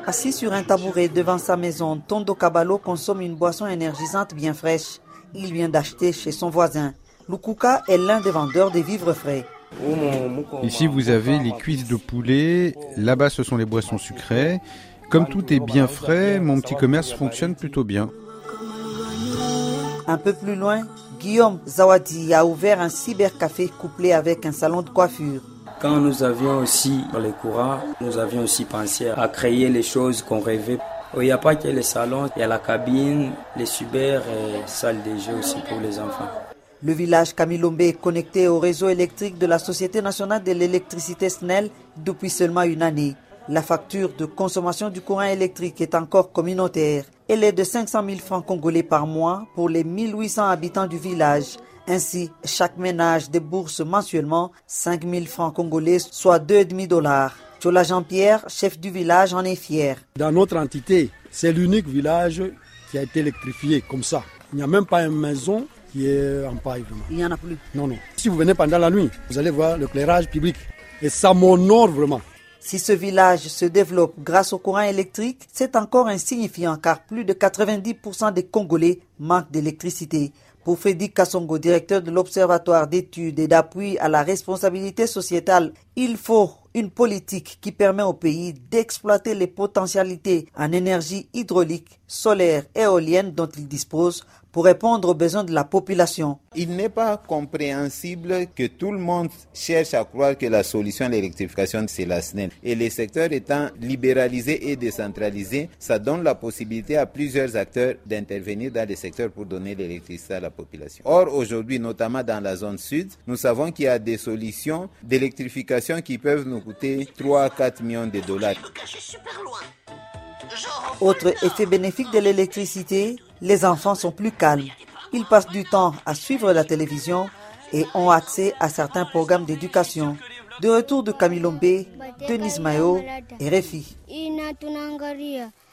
Assis sur un tabouret devant sa maison, Tondo Kabalo consomme une boisson énergisante bien fraîche. Il vient d'acheter chez son voisin. Lukuka est l'un des vendeurs des vivres frais. Ici, vous avez les cuisses de poulet. Là-bas, ce sont les boissons sucrées. Comme tout est bien frais, mon petit commerce fonctionne plutôt bien. Un peu plus loin, Guillaume Zawadi a ouvert un cybercafé couplé avec un salon de coiffure. Quand nous avions aussi les courants, nous avions aussi pensé à créer les choses qu'on rêvait. Il n'y a pas que les salons, il y a la cabine, les cyber et salle de jeu aussi pour les enfants. Le village Kamilombe est connecté au réseau électrique de la Société nationale de l'électricité SNEL depuis seulement une année. La facture de consommation du courant électrique est encore communautaire. Elle est de 500 000 francs congolais par mois pour les 1800 habitants du village. Ainsi, chaque ménage débourse mensuellement 5 000 francs congolais, soit $2,5. Chola Jean-Pierre, chef du village, en est fier. Dans notre entité, c'est l'unique village qui a été électrifié comme ça. Il n'y a même pas une maison qui est en paille. Vraiment. Il n'y en a plus. Non. Si vous venez pendant la nuit, vous allez voir l'éclairage public. Et ça m'honore vraiment. Si ce village se développe grâce au courant électrique, c'est encore insignifiant car plus de 90% des Congolais manquent d'électricité. Pour Frédéric Kassongo, directeur de l'Observatoire d'études et d'appui à la responsabilité sociétale, il faut une politique qui permet au pays d'exploiter les potentialités en énergie hydraulique, solaire et éolienne dont il dispose pour répondre aux besoins de la population. Il n'est pas compréhensible que tout le monde cherche à croire que la solution à l'électrification, c'est la SNEL. Et les secteurs étant libéralisés et décentralisés, ça donne la possibilité à plusieurs acteurs d'intervenir dans les secteurs pour donner l'électricité à la population. Or, aujourd'hui, notamment dans la zone sud, nous savons qu'il y a des solutions d'électrification qui peuvent nous coûter 3 à 4 millions de dollars. Autre effet bénéfique de l'électricité, les enfants sont plus calmes. Ils passent du temps à suivre la télévision et ont accès à certains programmes d'éducation. De retour de Kamilombe, Denis Mayo et RFI.